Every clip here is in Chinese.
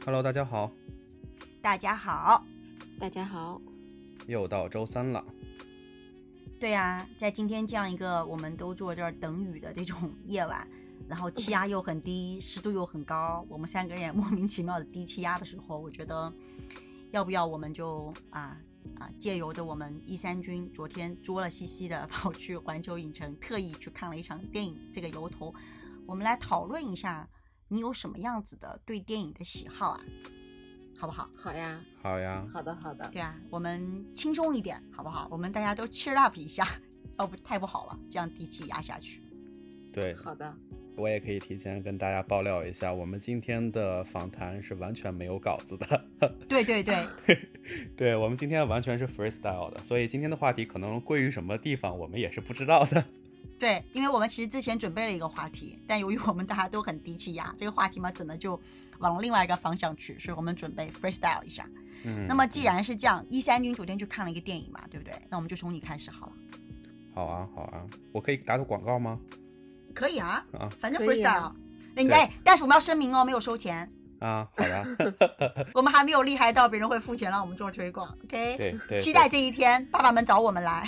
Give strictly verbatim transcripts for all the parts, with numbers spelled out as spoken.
Hello， 大家好。 大家好， 大家好。 又到周三了。 对啊，在今天这样一个我们都坐这儿等雨的这种夜晚，然后气压又很低，湿度又很高，我们三个人也莫名其妙的低气压的时候，我觉得要不要我们就啊啊借由着我们一三军昨天作了兮兮的跑去环球影城，特意去看了一场电影这个由头，我们来讨论一下你有什么样子的对电影的喜好啊，好不好？ 好呀， 好呀， 好的，好的。 对啊，我们轻松一点，好不好？我们大家都 cheer up 一下，要不太不好了，这样低气压下去。 对， 好的。 我也可以提前跟大家爆料一下，我们今天的访谈是完全没有稿子的。 对对对， 对，我们今天完全是 freestyle 的，所以今天的话题可能归于什么地方，我们也是不知道的。 对，因为我们其实之前准备了一个话题，但由于我们大家都很低气压，这个话题嘛，只能就往另外一个方向去，所以我们准备 freestyle 一下。 嗯， 那么既然是这样，一三军昨天去看了一个电影嘛，对不对？那我们就从你开始好了。 好啊，好啊，我可以打个广告吗？ 可以啊， 啊， 反正 freestyle。 啊、 你哎，但是我们要声明哦，没有收钱啊。好的， 我们还没有厉害到别人会付钱让我们做推广 ，OK？ 对 对, 对， 期待这一天，爸爸们找我们来。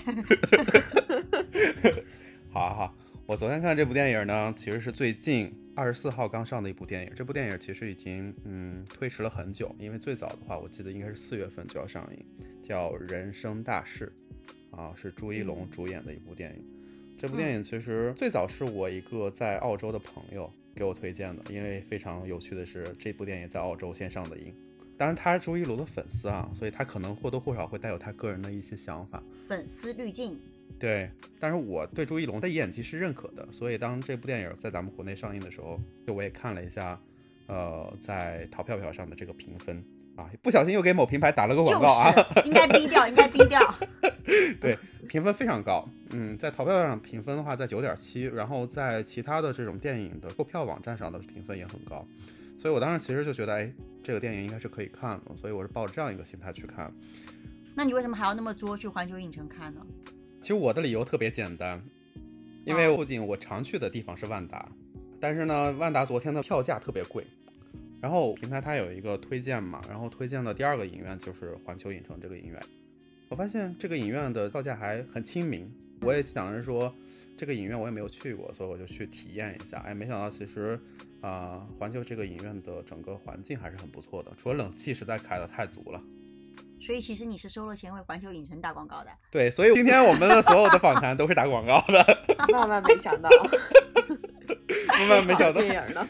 好啊好。我昨天看这部电影呢，其实是最近二十四号刚上的一部电影。这部电影其实已经嗯推迟了很久，因为最早的话，我记得应该是四月份就要上映，叫《人生大事》，啊，是朱一龙主演的一部电影。这部电影其实最早是我一个在澳洲的朋友给我推荐的，因为非常有趣的是，这部电影在澳洲先上的映。当然他是朱一龙的粉丝啊，所以他可能或多或少会带有他个人的一些想法， 粉丝滤镜。 对，但是我对朱一龙的演技是认可的，所以当这部电影在咱们国内上映的时候，就我也看了一下，呃，在淘票票上的这个评分啊，不小心又给某品牌打了个广告啊， 就是、应该逼掉，应该逼掉。 对，评分非常高，嗯，在淘票上评分的话在 九点七， 然后在其他的这种电影的购票网站上的评分也很高，所以我当时其实就觉得，哎，这个电影应该是可以看的，所以我是抱着这样一个心态去看。 那你为什么还要那么作去环球影城看呢？ 其实我的理由特别简单，因为附近我常去的地方是万达，但是呢，万达昨天的票价特别贵，然后平台它有一个推荐嘛，然后推荐的第二个影院就是环球影城这个影院，我发现这个影院的票价还很亲民，我也想着说这个影院我也没有去过，所以我就去体验一下，哎，没想到其实啊、呃，环球这个影院的整个环境还是很不错的，除了冷气实在开得太足了。 所以其实你是收了钱为环球影城打广告的。 对，所以今天我们的所有的访谈都是打广告的。 万万没想到， 万万没想到。 电影呢？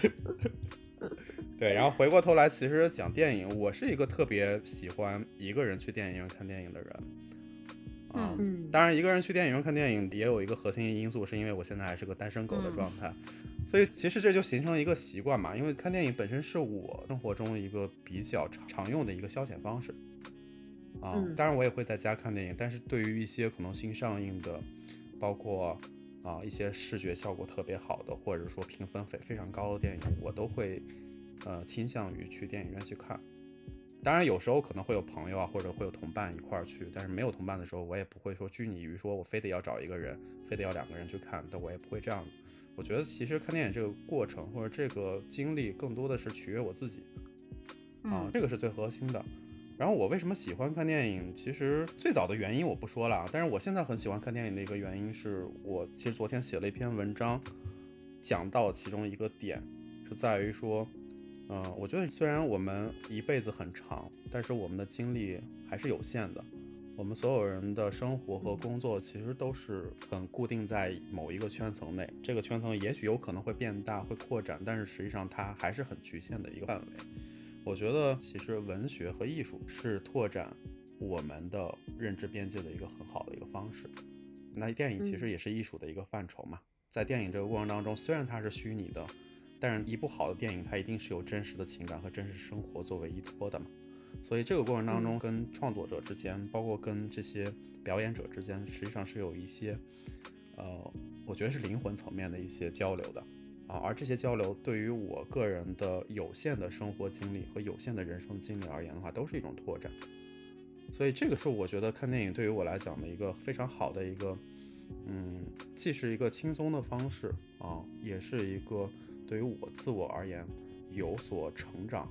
对，然后回过头来，其实讲电影，我是一个特别喜欢一个人去电影院看电影的人。啊、嗯，当然，一个人去电影院看电影也有一个核心因素，是因为我现在还是个单身狗的状态。嗯，所以其实这就形成了一个习惯嘛，因为看电影本身是我生活中一个比较常用的一个消遣方式啊。当然我也会在家看电影，但是对于一些可能新上映的，包括啊一些视觉效果特别好的，或者说评分非非常高的电影，我都会呃倾向于去电影院去看。当然有时候可能会有朋友啊，或者会有同伴一块儿去，但是没有同伴的时候，我也不会说拘泥于说我非得要找一个人，非得要两个人去看，但我也不会这样的。我觉得其实看电影这个过程或者这个经历更多的是取悦我自己啊，这个是最核心的。然后我为什么喜欢看电影，其实最早的原因我不说了，但是我现在很喜欢看电影的一个原因是我其实昨天写了一篇文章，讲到其中一个点是在于说嗯、呃，我觉得虽然我们一辈子很长，但是我们的精力还是有限的。我们所有人的生活和工作其实都是很固定在某一个圈层内，这个圈层也许有可能会变大会扩展，但是实际上它还是很局限的一个范围。我觉得其实文学和艺术是拓展我们的认知边界的一个很好的一个方式。那电影其实也是艺术的一个范畴嘛，在电影这个过程当中，虽然它是虚拟的，但是一部好的电影它一定是有真实的情感和真实生活作为依托的嘛，所以这个过程当中跟创作者之间，包括跟这些表演者之间，实际上是有一些呃，我觉得是灵魂层面的一些交流的啊，而这些交流对于我个人的有限的生活经历和有限的人生经历而言的话，都是一种拓展。所以这个是我觉得看电影对于我来讲的一个非常好的一个嗯，既是一个轻松的方式啊，也是一个对于我自我而言有所成长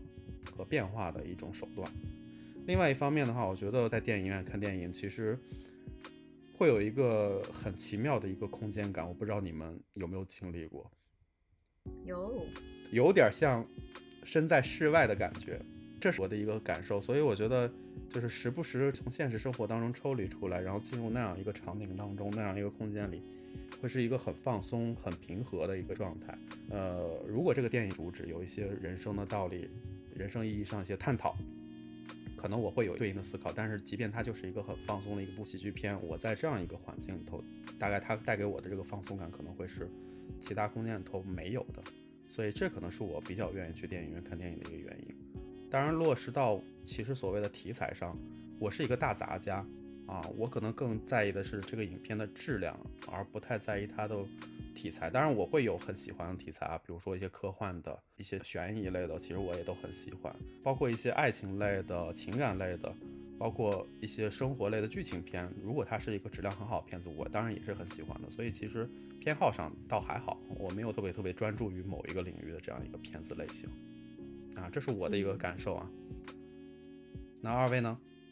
和变化的一种手段。另外一方面的话，我觉得在电影院看电影其实会有一个很奇妙的一个空间感，我不知道你们有没有经历过。 有有点像身在室外的感觉，这是我的一个感受。所以我觉得就是时不时从现实生活当中抽离出来，然后进入那样一个场景当中，那样一个空间里，会是一个很放松很平和的一个状态。呃，如果这个电影主旨有一些人生的道理，人生意义上一些探讨，可能我会有对应的思考，但是即便它就是一个很放松的一部喜剧片，我在这样一个环境里头，大概它带给我的这个放松感可能会是其他空间里头没有的，所以这可能是我比较愿意去电影院看电影的一个原因。当然落实到其实所谓的题材上，我是一个大杂家啊，我可能更在意的是这个影片的质量，而不太在意它的题材。当然我会有很喜欢的题材啊，比如说一些科幻的、一些悬疑类的，其实我也都很喜欢，包括一些爱情类的、情感类的，包括一些生活类的剧情片，如果它是一个质量很好的片子，我当然也是很喜欢的。所以其实偏好上倒还好，我没有特别特别专注于某一个领域的这样一个片子类型啊，这是我的一个感受啊。那二位呢？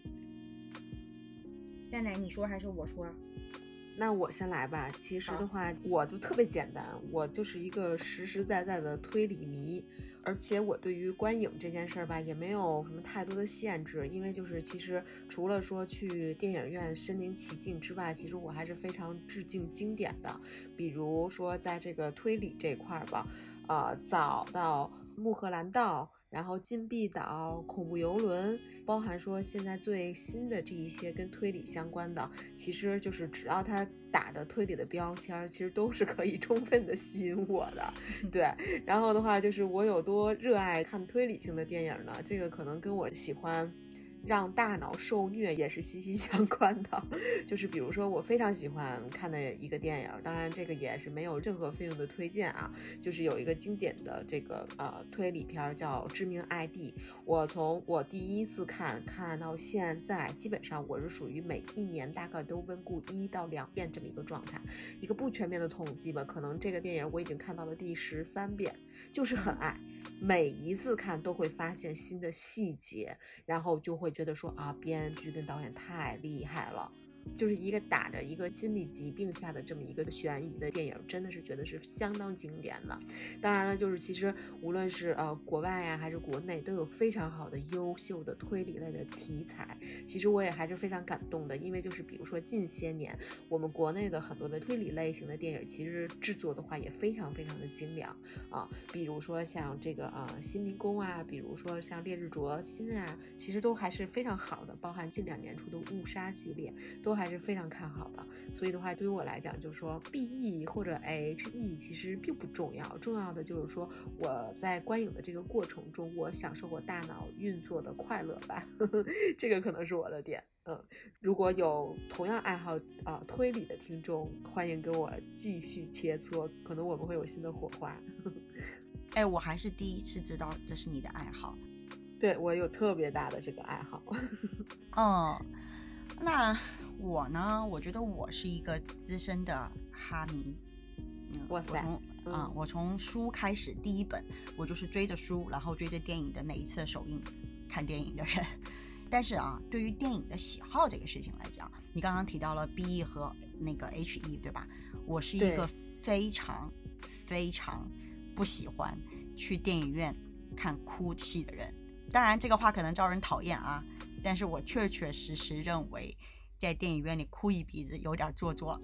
蛋奶你说还是我说？ 那我先来吧。其实的话，我就特别简单，我就是一个实实在在的推理迷，而且我对于观影这件事儿吧，也没有什么太多的限制，因为就是其实除了说去电影院身临其境之外，其实我还是非常致敬经典的，比如说在这个推理这块儿吧，呃，早到穆赫兰道。然后禁闭岛、恐怖游轮，包含说现在最新的这一些跟推理相关的，其实就是只要它打着推理的标签，其实都是可以充分的吸引我的。对，然后的话就是我有多热爱看推理性的电影呢？这个可能跟我喜欢让大脑受虐也是息息相关的。就是比如说我非常喜欢看的一个电影，当然这个也是没有任何费用的推荐啊，就是有一个经典的这个呃推理片叫《致命 I D》，我从我第一次看看到现在，基本上我是属于每一年大概都温故一到两遍这么一个状态，一个不全面的统计吧，可能这个电影我已经看到了第十三遍，就是很爱，每一次看都会发现新的细节，然后就会觉得说啊，编剧跟导演太厉害了，就是一个打着一个心理疾病下的这么一个悬疑的电影，真的是觉得是相当经典的。当然了，就是其实无论是呃国外啊还是国内，都有非常好的优秀的推理类的题材。其实我也还是非常感动的，因为就是比如说近些年我们国内的很多的推理类型的电影，其实制作的话也非常非常的精良啊，比如说像这个啊、呃、新迷宫啊，比如说像烈日灼心啊，其实都还是非常好的，包含近两年出的误杀系列都还是非常看好的。所以的话对于我来讲，就是说 B E 或者 H E 其实并不重要，重要的就是说我在观影的这个过程中，我享受我大脑运作的快乐吧这个可能是我的点。嗯，如果有同样爱好啊、呃、推理的听众，欢迎跟我继续切磋，可能我们会有新的火花哎，我还是第一次知道这是你的爱好。 对，我有特别大的这个爱好嗯，那我呢，我觉得我是一个资深的哈迷。嗯、 哇塞， 我从嗯、 呃，我从书开始，第一本我就是追着书，然后追着电影的每一次的首映看电影的人。但是啊，对于电影的喜好这个事情来讲，你刚刚提到了 B E 和那个 H E 对吧？我是一个非常非常不喜欢去电影院看哭泣的人。当然这个话可能招人讨厌啊，但是我确确实实认为在电影院里哭一鼻子有点做作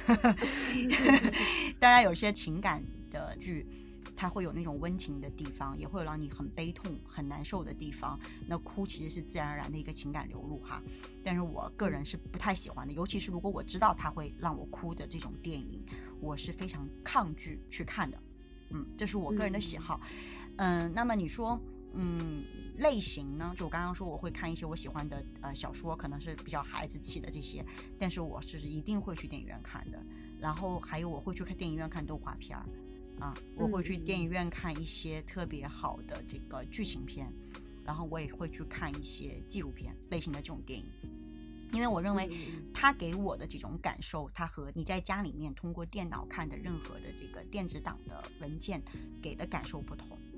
当然有些情感的剧它会有那种温情的地方，也会有让你很悲痛很难受的地方，那哭其实是自然而然的一个情感流露哈。但是我个人是不太喜欢的，尤其是如果我知道它会让我哭的这种电影，我是非常抗拒去看的。嗯，这是我个人的喜好。嗯、呃，那么你说嗯类型呢，就我刚刚说我会看一些我喜欢的呃小说，可能是比较孩子气的这些，但是我是一定会去电影院看的。然后还有我会去看电影院看动画片啊，我会去电影院看一些特别好的这个剧情片，然后我也会去看一些纪录片类型的这种电影，因为我认为它给我的这种感受，它和你在家里面通过电脑看的任何的这个电子档的文件给的感受不同。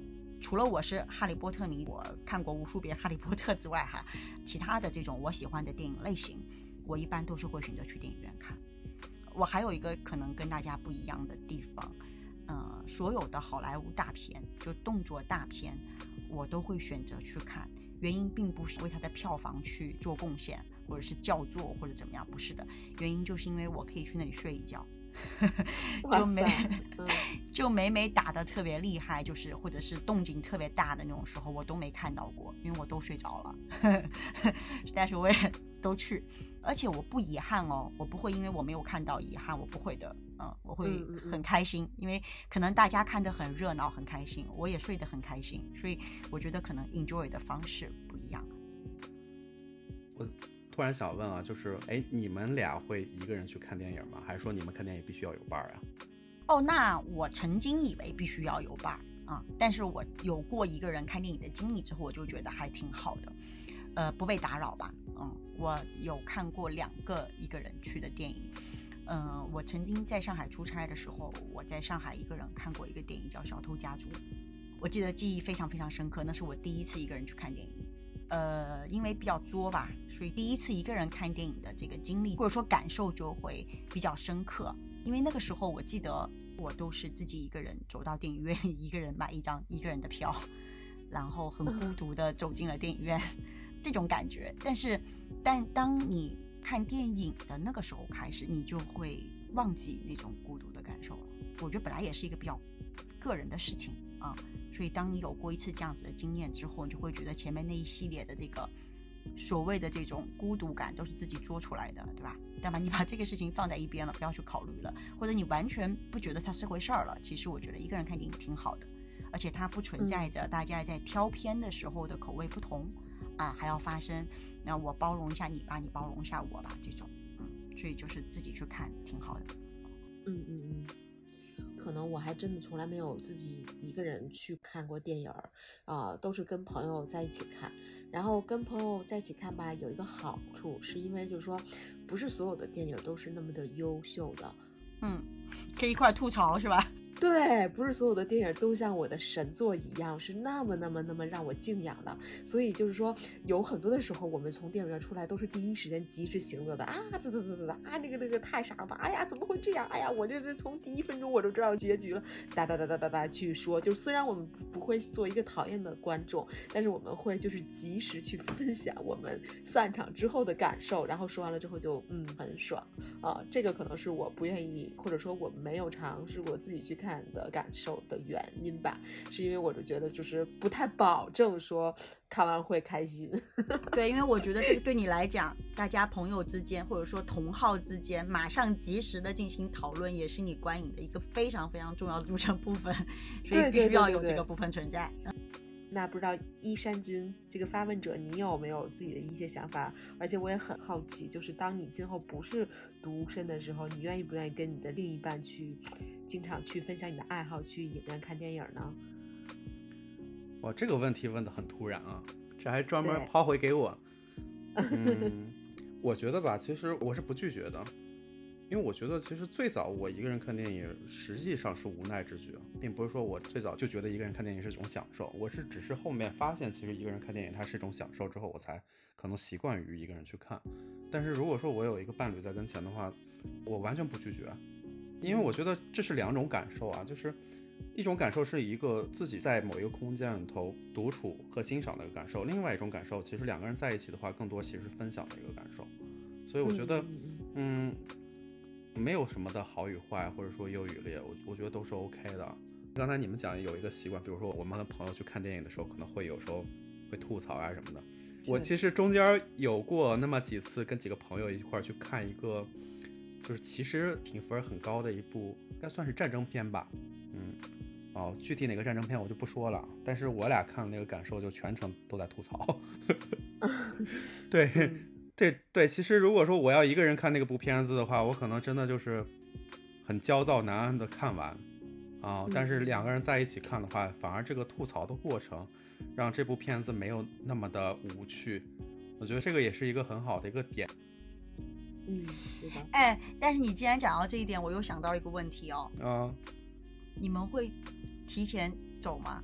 除了我是哈利波特迷，我看过无数遍哈利波特之外哈，其他的这种我喜欢的电影类型，我一般都是会选择去电影院看。我还有一个可能跟大家不一样的地方，呃，所有的好莱坞大片，就动作大片，我都会选择去看。原因并不是为它的票房去做贡献，或者是叫座或者怎么样，不是的。原因就是因为我可以去那里睡一觉。就没、嗯、就每每打得特别厉害，就是或者是动静特别大的那种时候，我都没看到过，因为我都睡着了。但是我也都去，而且我不遗憾哦，我不会因为我没有看到遗憾，我不会的，嗯，我会很开心，因为可能大家看得很热闹很开心，我也睡得很开心，所以我觉得可能 enjoy 的方式不一样。 我突然想问啊，就是哎，你们俩会一个人去看电影吗？还是说你们看电影必须要有伴啊？ 哦，那我曾经以为必须要有伴啊、嗯，但是我有过一个人看电影的经历之后，我就觉得还挺好的，呃，不被打扰吧。嗯，我有看过两个一个人去的电影。嗯、呃，我曾经在上海出差的时候，我在上海一个人看过一个电影叫《小偷家族》，我记得记忆非常非常深刻，那是我第一次一个人去看电影。呃，因为比较作吧，所以第一次一个人看电影的这个经历或者说感受就会比较深刻。因为那个时候我记得我都是自己一个人走到电影院里，一个人买一张一个人的票，然后很孤独的走进了电影院，这种感觉。但是但当你看电影的那个时候开始，你就会忘记那种孤独的感受了。我觉得本来也是一个比较个人的事情啊，所以当你有过一次这样子的经验之后，你就会觉得前面那一系列的这个所谓的这种孤独感都是自己作出来的，对吧？但把你把这个事情放在一边了，不要去考虑了，或者你完全不觉得它是回事儿了。其实我觉得一个人看电影挺好的，而且它不存在着大家在挑片的时候的口味不同、嗯、啊，还要发生那我包容一下你吧，你包容一下我吧，这种，嗯，所以就是自己去看挺好的。 嗯嗯嗯。可能我还真的从来没有自己一个人去看过电影儿，啊、呃，都是跟朋友在一起看。然后跟朋友在一起看吧，有一个好处，是因为就是说，不是所有的电影都是那么的优秀的， 嗯，可以一块吐槽是吧？ 对，不是所有的电影都像我的神作一样是那么那么那么让我敬仰的，所以就是说有很多的时候我们从电影院出来都是第一时间及时行乐的啊，这这这这啊，那个那个太傻了吧，哎呀怎么会这样，哎呀我这这从第一分钟我就知道结局了，哒哒哒哒哒哒去说，就虽然我们不会做一个讨厌的观众，但是我们会就是及时去分享我们散场之后的感受，然后说完了之后就嗯很爽啊，这个可能是我不愿意或者说我没有尝试过自己去看的感受的原因吧，是因为我就觉得就是不太保证说看完会开心。 对，因为我觉得这个对你来讲，大家朋友之间或者说同好之间马上及时的进行讨论，也是你观影的一个非常非常重要的组成部分，所以必须要有这个部分存在。 对对对对对，那不知道一山君这个发问者你有没有自己的一些想法，而且我也很好奇，就是当你今后不是独身的时候，你愿意不愿意跟你的另一半去经常去分享你的爱好，去影院看电影呢？ 哇，这个问题问得很突然啊，这还专门抛回给我。嗯，我觉得吧，其实我是不拒绝的，因为我觉得其实最早我一个人看电影实际上是无奈之举，并不是说我最早就觉得一个人看电影是一种享受，我是只是后面发现其实一个人看电影它是一种享受之后，我才可能习惯于一个人去看。但是如果说我有一个伴侣在跟前的话，我完全不拒绝，因为我觉得这是两种感受啊，就是一种感受是一个自己在某一个空间里头独处和欣赏的一个感受，另外一种感受其实两个人在一起的话更多其实是分享的一个感受。所以我觉得嗯没有什么的好与坏或者说优与劣，我我觉得都是 OK 的。刚才你们讲有一个习惯，比如说我们跟朋友去看电影的时候可能会有时候会吐槽啊什么的，我其实中间有过那么几次跟几个朋友一块去看一个就是其实评分很高的一部应该算是战争片吧，嗯哦，具体哪个战争片我就不说了，但是我俩看的那个感受就全程都在吐槽。对、嗯、对对，其实如果说我要一个人看那个部片子的话，我可能真的就是很焦躁难安的看完啊、嗯，但是两个人在一起看的话，反而这个吐槽的过程让这部片子没有那么的无趣，我觉得这个也是一个很好的一个点。 嗯，是的。 哎，但是你既然讲到这一点，我又想到一个问题哦。 啊， 你们会提前走吗？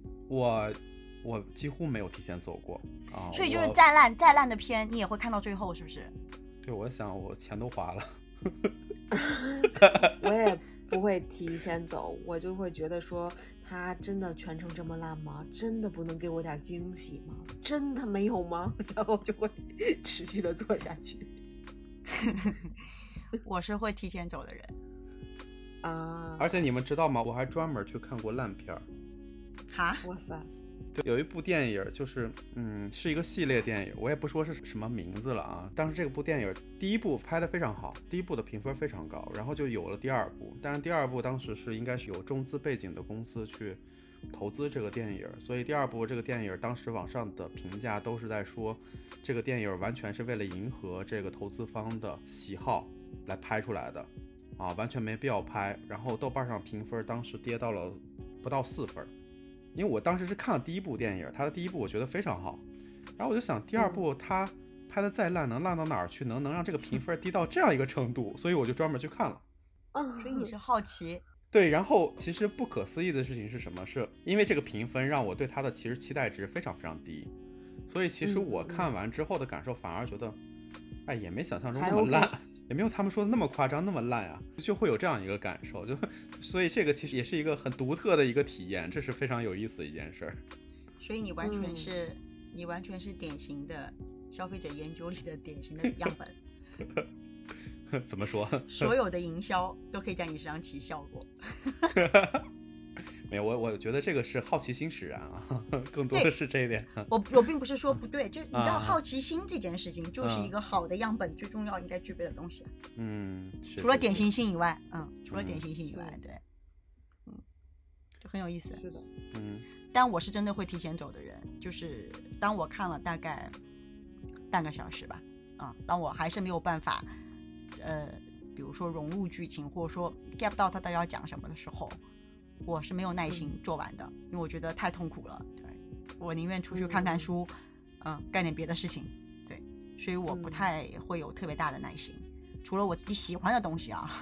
我我几乎没有提前走过啊， 所以就是再烂再烂的片你也会看到最后是不是？ 对，我想我钱都花了。 我也不会提前走，我就会觉得说他真的全程这么烂吗？真的不能给我点惊喜吗？真的没有吗？然后就会持续的做下去。 我是会提前走的人啊， 而且你们知道吗？我还专门去看过烂片儿。 哈， 哇塞！ 对，有一部电影就是嗯是一个系列电影，我也不说是什么名字了啊。当时这部电影第一部拍得非常好，第一部的评分非常高，然后就有了第二部。但是第二部当时是应该是有中资背景的公司去投资这个电影，所以第二部这个电影当时网上的评价都是在说这个电影完全是为了迎合这个投资方的喜好来拍出来的啊，完全没必要拍。然后豆瓣上评分当时跌到了不到四分。因为我当时是看了第一部电影，他的第一部我觉得非常好，然后我就想第二部他拍的再烂能烂到哪儿去，能能让这个评分低到这样一个程度，所以我就专门去看了。 所以你是好奇？ 对，然后其实不可思议的事情是什么？是因为这个评分让我对他的其实期待值非常非常低，所以其实我看完之后的感受反而觉得，哎，也没想象中那么烂。也没有他们说的那么夸张那么烂啊，就会有这样一个感受，就所以这个其实也是一个很独特的一个体验，这是非常有意思的一件事儿。 所以你完全是、嗯、你完全是典型的消费者研究里的典型的样本。怎么说？ 所有的营销都可以在你身上起效果。 没有，我我觉得这个是好奇心使然啊，更多的是这一点。 我我并不是说不对，就你知道，好奇心这件事情就是一个好的样本最重要应该具备的东西。 嗯， 除了典型性以外，嗯，除了典型性以外，嗯、对，嗯，就很有意思。 是的， 嗯。 但我是真的会提前走的人，就是当我看了大概半个小时吧，啊、嗯，当我还是没有办法，呃，比如说融入剧情，或者说 get 不到他到底要讲什么的时候。我是没有耐心做完的、嗯、因为我觉得太痛苦了，对，我宁愿出去看看书，嗯、呃，干点别的事情，对，所以我不太会有特别大的耐心、嗯、除了我自己喜欢的东西啊。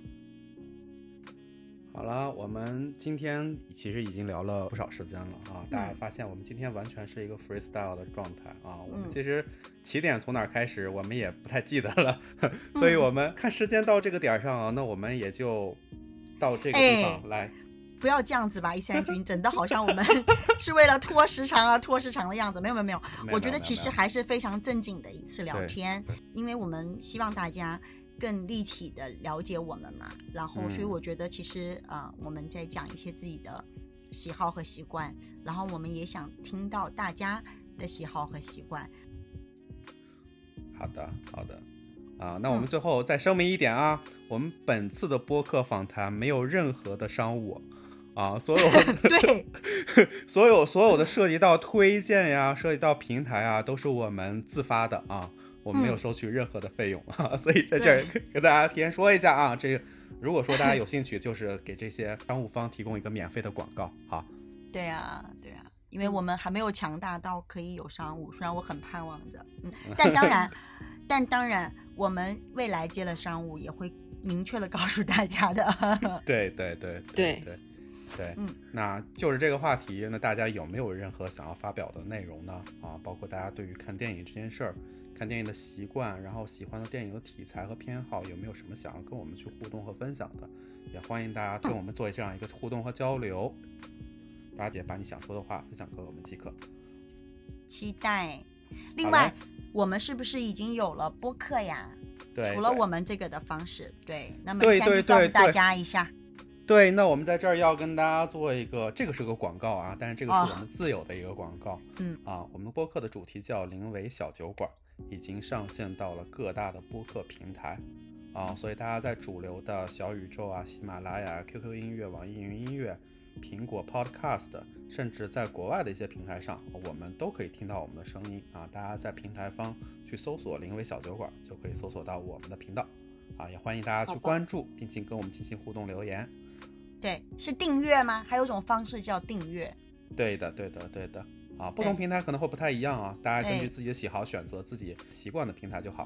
好了，我们今天其实已经聊了不少时间了啊、嗯，大家发现我们今天完全是一个 freestyle 的状态啊、嗯，我们其实起点从哪儿开始我们也不太记得了，所以我们看时间到这个点上啊，那我们也就到这个地方、哎、来。 不要这样子吧，一三君，整的好像我们是为了拖时长啊拖时长的样子。没有没有没有，我觉得其实还是非常正经的一次聊天，因为我们希望大家更立体的了解我们嘛，然后所以我觉得其实、嗯、呃我们在讲一些自己的喜好和习惯，然后我们也想听到大家的喜好和习惯。 好的好的啊，那我们最后再声明一点啊、嗯、我们本次的播客访谈没有任何的商务啊，所有对所有所有的涉及到推荐呀，涉及到平台啊，都是我们自发的啊，我们没有收取任何的费用啊、嗯，所以在这儿跟大家提前说一下啊，这个如果说大家有兴趣，就是给这些商务方提供一个免费的广告，好。 对啊，对啊，因为我们还没有强大到可以有商务，虽然我很盼望着，嗯，但当然，但当然，我们未来接了商务也会明确的告诉大家的。 对对对对对。对，嗯，那就是这个话题，那大家有没有任何想要发表的内容呢？啊，包括大家对于看电影这件事儿、看电影的习惯，然后喜欢的电影的题材和偏好，有没有什么想要跟我们去互动和分享的？也欢迎大家跟我们做这样一个互动和交流。大家也把你想说的话分享给我们即可。 期待。另外，我们是不是已经有了播客呀？ 对， 除了我们这个的方式，对，那么现在告诉大家一下。 对，那我们在这儿要跟大家做一个，这个是个广告啊，但是这个是我们自有的一个广告。 嗯、 哦、啊，我们播客的主题叫临危小酒馆，已经上线到了各大的播客平台啊，所以大家在主流的小宇宙啊、喜马拉雅、Q Q 音乐、网易云音乐、苹果 Podcast， 甚至在国外的一些平台上，我们都可以听到我们的声音啊。大家在平台方去搜索临危小酒馆，就可以搜索到我们的频道啊，也欢迎大家去关注，并且跟我们进行互动留言。 对，是订阅吗？还有一种方式叫订阅。 对的，对的，对的啊，不同平台可能会不太一样啊，大家根据自己的喜好选择自己习惯的平台就好。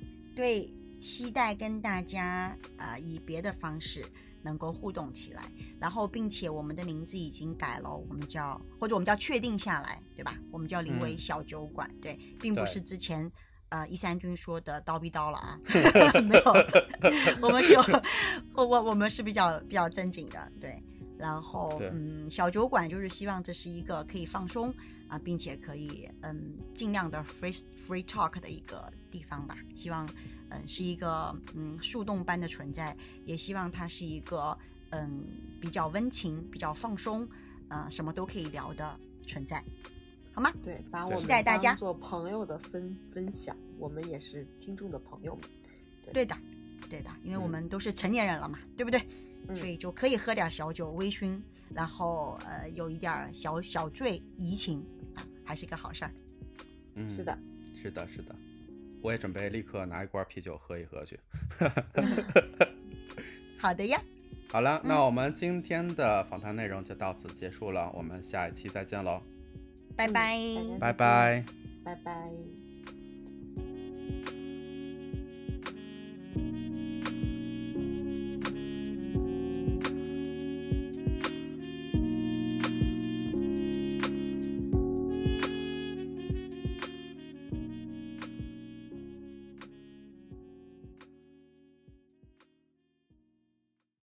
对，期待跟大家、呃、以别的方式能够互动起来。 然后并且我们的名字已经改了，我们叫或者我们叫确定下来，对吧？我们叫临危小酒馆，嗯、对，并不是之前呃一三君说的刀逼刀了啊，没有，我们是有我我我们是比较比较正经的，对。然后嗯，小酒馆就是希望这是一个可以放松啊、呃，并且可以嗯尽量的 free free talk 的一个地方吧。希望嗯是一个嗯树洞般的存在，也希望它是一个嗯比较温情、比较放松，呃什么都可以聊的存在，好吗？ 对，把我们期待大家做朋友的分分享，我们也是听众的朋友们。 对, 对的，对的，因为我们都是成年人了嘛，嗯、对不对？所以就可以喝点小酒微醺，然后呃有一点小小醉怡情啊，还是一个好事儿。 嗯， 是的， 是的，是的，我也准备立刻拿一罐啤酒喝一喝去。 好的呀。 好了，那我们今天的访谈内容就到此结束了，我们下一期再见喽。 拜拜， 拜拜， 拜拜。